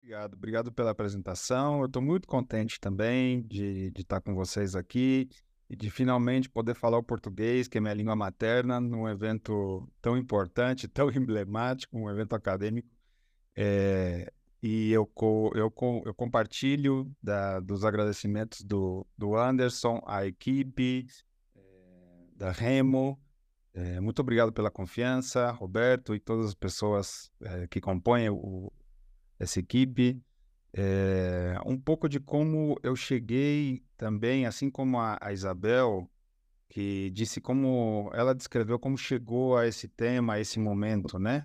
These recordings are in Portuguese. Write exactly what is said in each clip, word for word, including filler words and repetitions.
Obrigado, obrigado pela apresentação. Eu estou muito contente também de, de estar com vocês aqui e de finalmente poder falar o português, que é minha língua materna, num evento tão importante, tão emblemático, um evento acadêmico. É, e eu, co, eu, co, eu compartilho da, dos agradecimentos do, do Anderson, à equipe, da Remo. É, muito obrigado pela confiança, Roberto e todas as pessoas é, que compõem o, essa equipe. É, um pouco de como eu cheguei também, assim como a, a Isabel, que disse como ela descreveu como chegou a esse tema, a esse momento, né?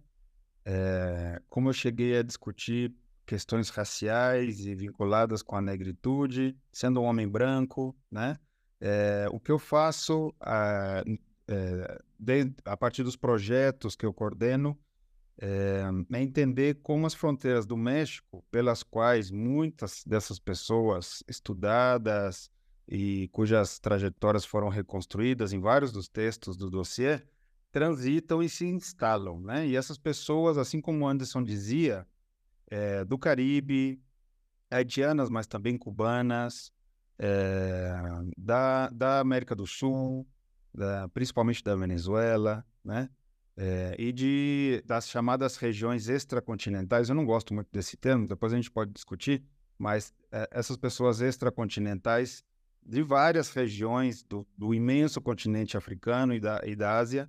É, como eu cheguei a discutir questões raciais e vinculadas com a negritude, sendo um homem branco, né? É, o que eu faço a, é, de, a partir dos projetos que eu coordeno é, é entender como as fronteiras do México, pelas quais muitas dessas pessoas estudadas e cujas trajetórias foram reconstruídas em vários dos textos do dossiê, transitam e se instalam, né? E essas pessoas, assim como o Anderson dizia, é, do Caribe, haitianas, mas também cubanas, é, da, da América do Sul, da, principalmente da Venezuela, né? É, e de, das chamadas regiões extracontinentais. Eu não gosto muito desse termo, depois a gente pode discutir, mas é, essas pessoas extracontinentais de várias regiões do, do imenso continente africano e da, e da Ásia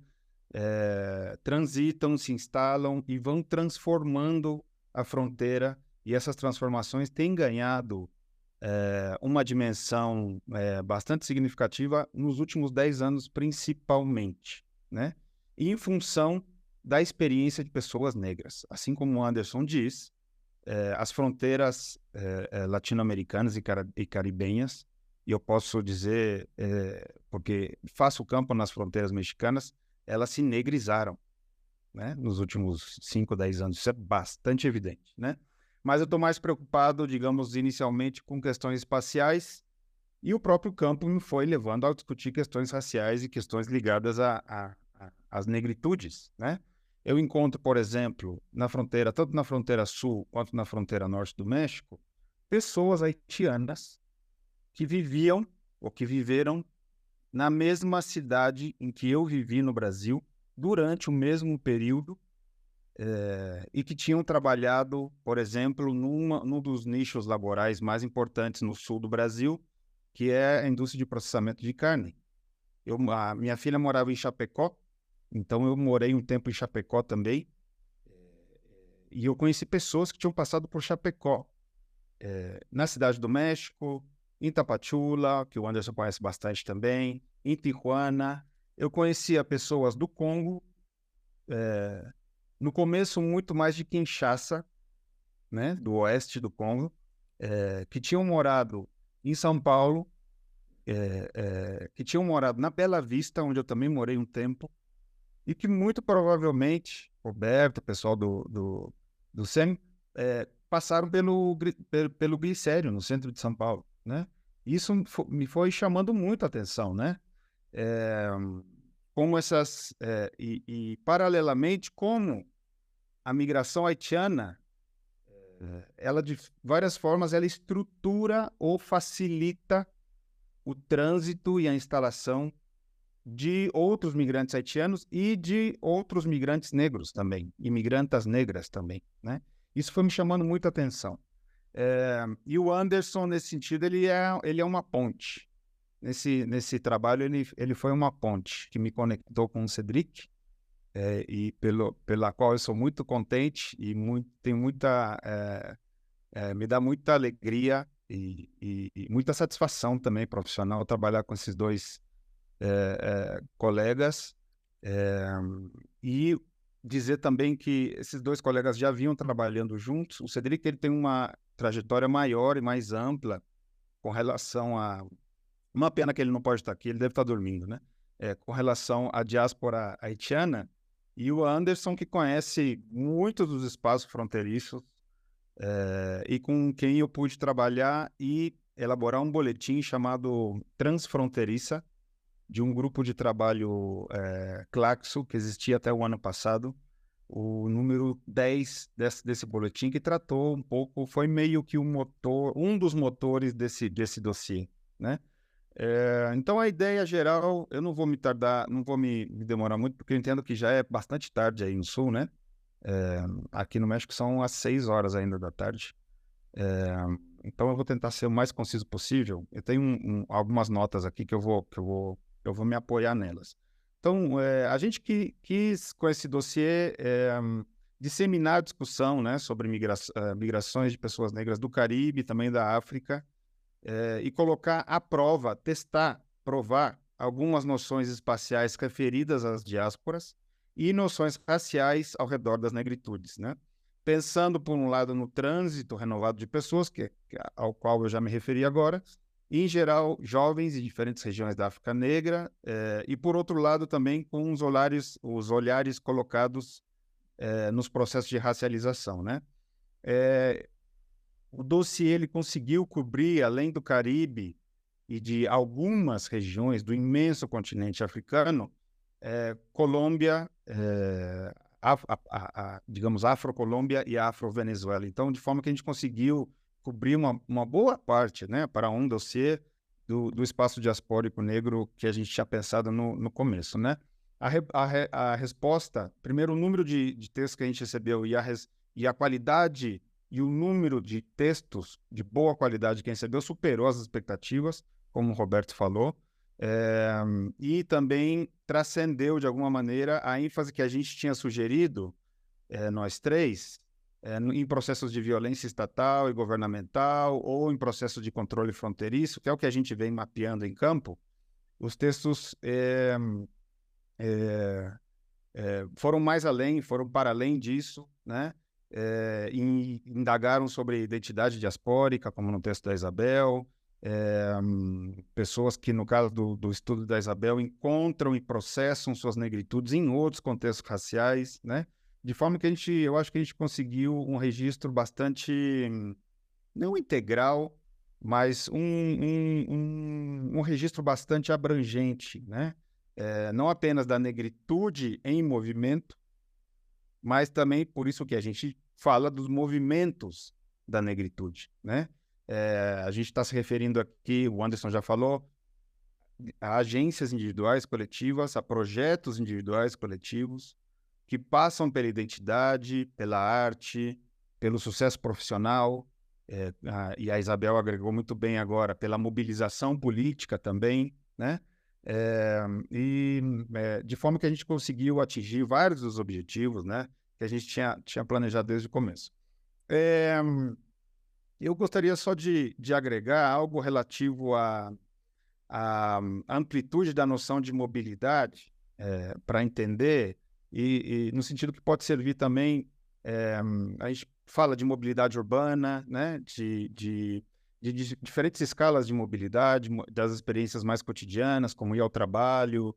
é, transitam, se instalam e vão transformando a fronteira, e essas transformações têm ganhado é, uma dimensão é, bastante significativa nos últimos dez anos, principalmente, né? E em função da experiência de pessoas negras. Assim como o Anderson diz, é, as fronteiras é, é, latino-americanas e, cara e caribenhas, e eu posso dizer, é, porque faço campo nas fronteiras mexicanas, elas se negrizaram, né, nos últimos cinco, dez anos. Isso é bastante evidente, né? Mas eu estou mais preocupado, digamos, inicialmente com questões espaciais, e o próprio campo me foi levando a discutir questões raciais e questões ligadas a, a, a, às negritudes, né? Eu encontro, por exemplo, na fronteira, tanto na fronteira sul quanto na fronteira norte do México, pessoas haitianas que viviam ou que viveram na mesma cidade em que eu vivi no Brasil durante o mesmo período é, e que tinham trabalhado, por exemplo, numa, num dos nichos laborais mais importantes no sul do Brasil, que é a indústria de processamento de carne. Eu, a minha filha morava em Chapecó, então eu morei um tempo em Chapecó também, e eu conheci pessoas que tinham passado por Chapecó, é, na Cidade do México, em Tapachula, que o Anderson conhece bastante também, em Tijuana. Eu conhecia pessoas do Congo, é, no começo muito mais de Kinshasa, né, do oeste do Congo, é, que tinham morado em São Paulo, é, é, que tinham morado na Bela Vista, onde eu também morei um tempo, e que muito provavelmente, Roberto, o pessoal do, do, do S E M, é, passaram pelo, pelo, pelo Glicério, no centro de São Paulo, né? Isso me foi chamando muito a atenção, né? É, como essas... É, e, e, paralelamente, como a migração haitiana, ela de várias formas, ela estrutura ou facilita o trânsito e a instalação de outros migrantes haitianos e de outros migrantes negros também, imigrantas negras também, né? Isso foi me chamando muita atenção. É, e o Anderson, nesse sentido, ele é, ele é uma ponte. Nesse, nesse trabalho, ele, ele foi uma ponte que me conectou com o Cedric, é, e pelo, pela qual eu sou muito contente e muito, tenho muita... É, é, me dá muita alegria e, e, e muita satisfação também profissional trabalhar com esses dois é, é, colegas, é, e dizer também que esses dois colegas já vinham trabalhando juntos. O Cedric ele tem uma trajetória maior e mais ampla com relação a... Uma pena que ele não pode estar aqui, ele deve estar dormindo, né? É, com relação à diáspora haitiana, e o Anderson, que conhece muitos dos espaços fronteiriços, é, e com quem eu pude trabalhar e elaborar um boletim chamado Transfronteiriça, de um grupo de trabalho é, Claxo, que existia até o ano passado, o número dez desse, desse boletim, que tratou um pouco, foi meio que o motor, um dos motores desse, desse dossiê, né? É, então, a ideia geral, eu não vou me tardar, não vou me, me demorar muito, porque eu entendo que já é bastante tarde aí no Sul, né? É, aqui no México são às seis horas ainda da tarde. É, então, eu vou tentar ser o mais conciso possível. Eu tenho um, um, algumas notas aqui que eu vou, que eu vou, eu vou me apoiar nelas. Então, é, a gente que, quis, com esse dossiê, é, disseminar a discussão, né, sobre migra uh, migrações de pessoas negras do Caribe, também da África, é, e colocar à prova, testar, provar algumas noções espaciais referidas às diásporas e noções raciais ao redor das negritudes, né? Pensando, por um lado, no trânsito renovado de pessoas, que, que, ao qual eu já me referi agora, e, em geral, jovens de diferentes regiões da África Negra, eh, e, por outro lado, também com os olhares, os olhares colocados eh, nos processos de racialização, né? Eh, o dossiê ele conseguiu cobrir, além do Caribe e de algumas regiões do imenso continente africano, eh, Colômbia, eh, a, a, a, digamos, Afro-Colômbia e Afro-Venezuela. Então, de forma que a gente conseguiu cobrir uma, uma boa parte, né, para um dossiê do, do espaço diaspórico negro que a gente tinha pensado no, no começo, né? A, re, a, re, a resposta, primeiro, o número de, de textos que a gente recebeu e a, res, e a qualidade e o número de textos de boa qualidade que a gente recebeu superou as expectativas, como o Roberto falou, é, e também transcendeu, de alguma maneira, a ênfase que a gente tinha sugerido, é, nós três, é, em processos de violência estatal e governamental ou em processos de controle fronteiriço, que é o que a gente vem mapeando em campo. Os textos é, é, é, foram mais além, foram para além disso, né? É, e indagaram sobre identidade diaspórica, como no texto da Isabel, é, pessoas que, no caso do, do estudo da Isabel, encontram e processam suas negritudes em outros contextos raciais, né? De forma que a gente, eu acho que a gente conseguiu um registro bastante, não integral, mas um, um, um, um registro bastante abrangente, né? É, não apenas da negritude em movimento, mas também por isso que a gente fala dos movimentos da negritude, né? É, a gente está se referindo aqui, o Anderson já falou, a agências individuais coletivas, a projetos individuais coletivos que passam pela identidade, pela arte, pelo sucesso profissional, é, a, e a Isabel agregou muito bem agora, pela mobilização política também, né? É, e é, de forma que a gente conseguiu atingir vários dos objetivos, né, que a gente tinha, tinha planejado desde o começo. É, eu gostaria só de, de agregar algo relativo à, à amplitude da noção de mobilidade, é, para entender, e, e no sentido que pode servir também, é, a gente fala de mobilidade urbana, né, de, de De, de diferentes escalas de mobilidade, das experiências mais cotidianas, como ir ao trabalho,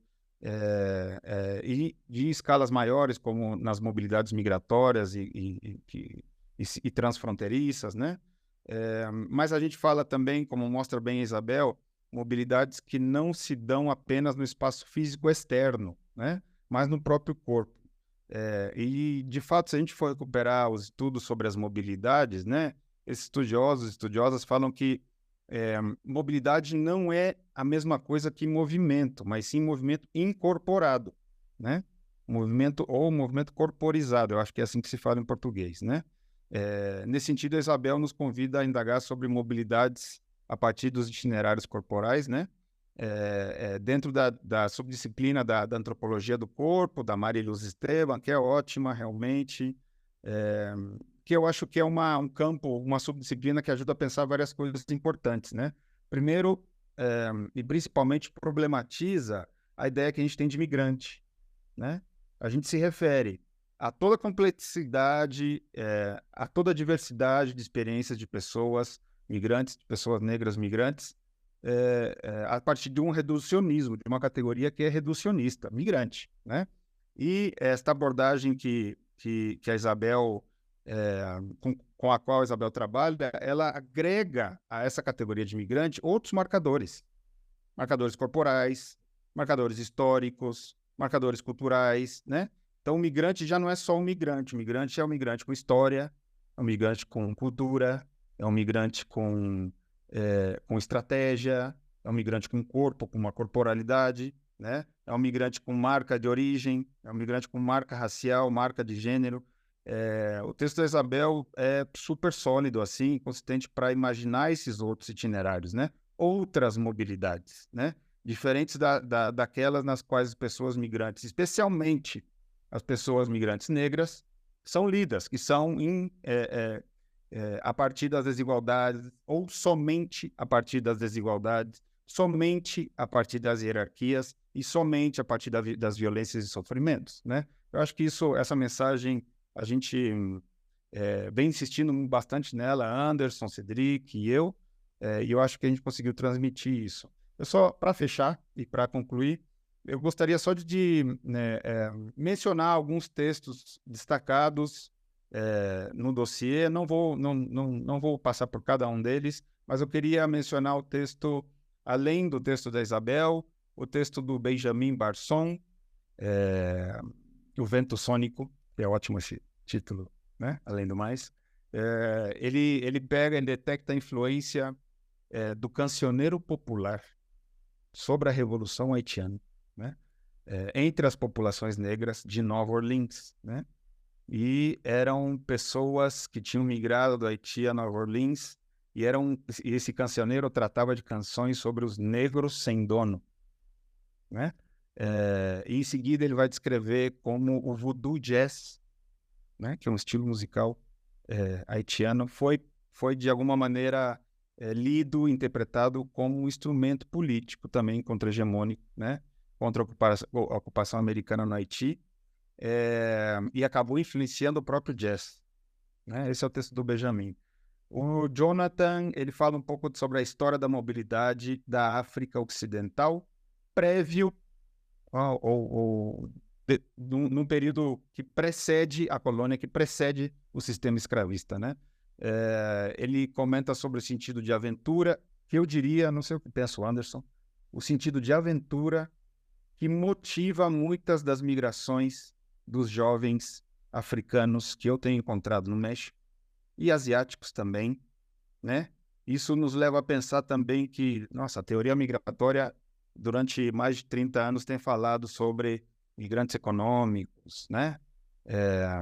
é, é, e de escalas maiores, como nas mobilidades migratórias e, e, e, e, e transfronteiriças, né? É, mas a gente fala também, como mostra bem a Isabel, mobilidades que não se dão apenas no espaço físico externo, né? Mas no próprio corpo. É, e, de fato, se a gente for recuperar os estudos sobre as mobilidades, né? Esses estudiosos, estudiosas falam que é, mobilidade não é a mesma coisa que movimento, mas sim movimento incorporado, né? Movimento ou movimento corporizado, eu acho que é assim que se fala em português, né? É, nesse sentido, a Isabel nos convida a indagar sobre mobilidades a partir dos itinerários corporais, né? É, é, dentro da, da subdisciplina da, da antropologia do corpo, da Mariluz Esteban, que é ótima realmente, é, que eu acho que é uma, um campo, uma subdisciplina que ajuda a pensar várias coisas importantes, né? Primeiro, é, e principalmente problematiza a ideia que a gente tem de migrante, né? A gente se refere a toda a complexidade, é, a toda a diversidade de experiências de pessoas migrantes, de pessoas negras migrantes, é, é, a partir de um reducionismo, de uma categoria que é reducionista, migrante, né? E esta abordagem que, que, que a Isabel, é, com, com a qual a Isabel trabalha, ela agrega a essa categoria de migrante outros marcadores, marcadores corporais, marcadores históricos, marcadores culturais, né? Então, o migrante já não é só um migrante. O migrante é um migrante com história, é um migrante com cultura, é um migrante com, é, com estratégia, é um migrante com corpo, com uma corporalidade, né? É um migrante com marca de origem, é um migrante com marca racial, marca de gênero. É, o texto da Isabel é super sólido, assim, consistente para imaginar esses outros itinerários, né? Outras mobilidades, né? Diferentes da, da, daquelas nas quais as pessoas migrantes, especialmente as pessoas migrantes negras, são lidas, que são em, é, é, é, a partir das desigualdades, ou somente a partir das desigualdades, somente a partir das hierarquias e somente a partir da, das violências e sofrimentos, né? Eu acho que isso, essa mensagem, a gente é, vem insistindo bastante nela, Anderson, Cedric e eu, é, e eu acho que a gente conseguiu transmitir isso. Eu só, para fechar e para concluir, eu gostaria só de, de né, é, mencionar alguns textos destacados é, no dossiê. Não vou, não, não, não vou passar por cada um deles, mas eu queria mencionar o texto, além do texto da Isabel, o texto do Benjamin Barson, é, O Vento Sônico, que é ótimo esse título, né? Além do mais. É, ele, ele pega e detecta a influência é, do cancioneiro popular sobre a Revolução Haitiana, né? É, entre as populações negras de Nova Orleans, né? E eram pessoas que tinham migrado do Haiti a Nova Orleans, e, eram, e esse cancioneiro tratava de canções sobre os negros sem dono, né? É, e em seguida ele vai descrever como o voodoo jazz, né? Que é um estilo musical é, haitiano, foi, foi de alguma maneira é, lido, interpretado como um instrumento político também contra-hegemônico, né? Contra a ocupação, a ocupação americana no Haiti, é, e acabou influenciando o próprio jazz, né? Esse é o texto do Benjamin. O Jonathan, ele fala um pouco sobre a história da mobilidade da África Ocidental, prévio ou, ou, ou de, num, num período que precede a colônia, que precede o sistema escravista, né? É, ele comenta sobre o sentido de aventura, que eu diria, não sei o que pensa o Anderson, o sentido de aventura que motiva muitas das migrações dos jovens africanos que eu tenho encontrado no México, e asiáticos também, né? Isso nos leva a pensar também que, nossa, a teoria migratória, durante mais de trinta anos, tem falado sobre migrantes econômicos, né? É,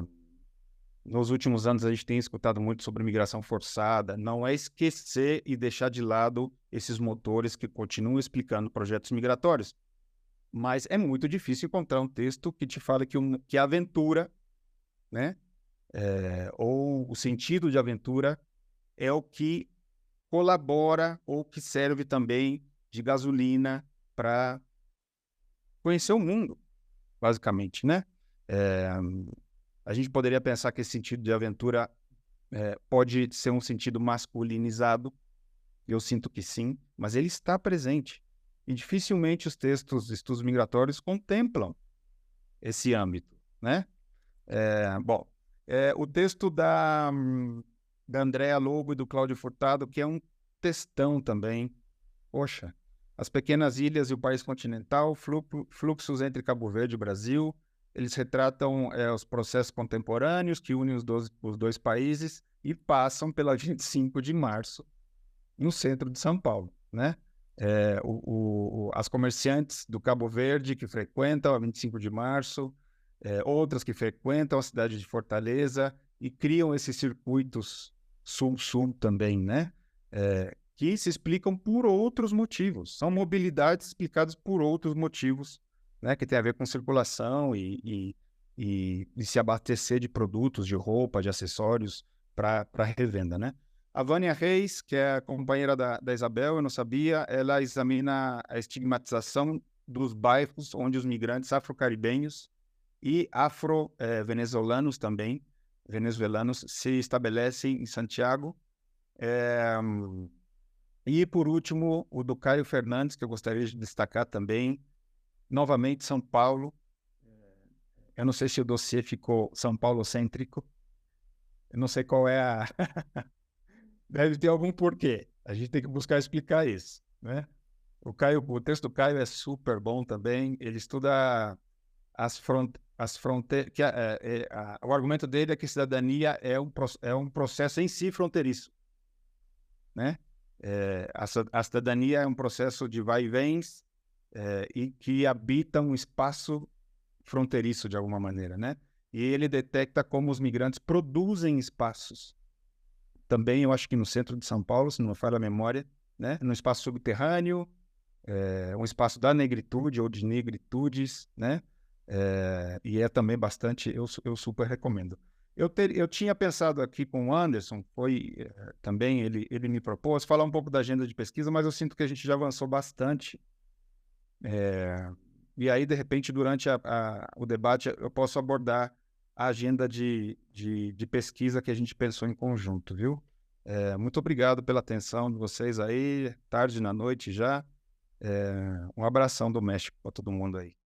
nos últimos anos, a gente tem escutado muito sobre migração forçada. Não é esquecer e deixar de lado esses motores que continuam explicando projetos migratórios. Mas é muito difícil encontrar um texto que te fale que, um, que a aventura, né? É, ou o sentido de aventura é o que colabora ou que serve também de gasolina para conhecer o mundo, basicamente, né? É, a gente poderia pensar que esse sentido de aventura é, pode ser um sentido masculinizado, eu sinto que sim, mas ele está presente. E dificilmente os textos, estudos migratórios contemplam esse âmbito, né? É, bom, é, o texto da, da Andréa Lobo e do Cláudio Furtado, que é um textão também. Poxa, As Pequenas Ilhas e o País Continental, Fluxos entre Cabo Verde e Brasil. Eles retratam é, os processos contemporâneos que unem os dois, os dois países e passam pela vinte e cinco de março, no centro de São Paulo, né? É, o, o, as comerciantes do Cabo Verde que frequentam a vinte e cinco de março, é, outras que frequentam a cidade de Fortaleza e criam esses circuitos sul-sul também, né? É, que se explicam por outros motivos. São mobilidades explicadas por outros motivos, né? Que tem a ver com circulação e, e, e, e se abastecer de produtos, de roupa, de acessórios para revenda, né? A Vânia Reis, que é a companheira da, da Isabel, eu não sabia, ela examina a estigmatização dos bairros onde os migrantes afro-caribenhos e afro-venezuelanos também, venezuelanos, se estabelecem em Santiago. É, e, por último, o do Caio Fernandes, que eu gostaria de destacar também, novamente São Paulo. Eu não sei se o dossiê ficou São Paulo-cêntrico, eu não sei qual é a... Deve ter algum porquê. A gente tem que buscar explicar isso, né? O Caio, o texto do Caio é super bom também. Ele estuda as front... as fronteiras, que a, é, é, a, o argumento dele é que cidadania é um, é um processo em si fronteiriço, né? É, a, a cidadania é um processo de vai e vens é, e que habita um espaço fronteiriço de alguma maneira, né? E ele detecta como os migrantes produzem espaços. Também, eu acho que no centro de São Paulo, se não me falha a memória, né? No espaço subterrâneo, é, um espaço da negritude ou de negritudes, né? É, e é também bastante, eu, eu super recomendo. Eu, ter, eu tinha pensado aqui com o Anderson, foi é, também, ele, ele me propôs falar um pouco da agenda de pesquisa, mas eu sinto que a gente já avançou bastante. É, e aí, de repente, durante a, a, o debate, eu posso abordar a agenda de, de, de pesquisa que a gente pensou em conjunto, viu? É, muito obrigado pela atenção de vocês aí, tarde na noite já. É, um abração do México para todo mundo aí.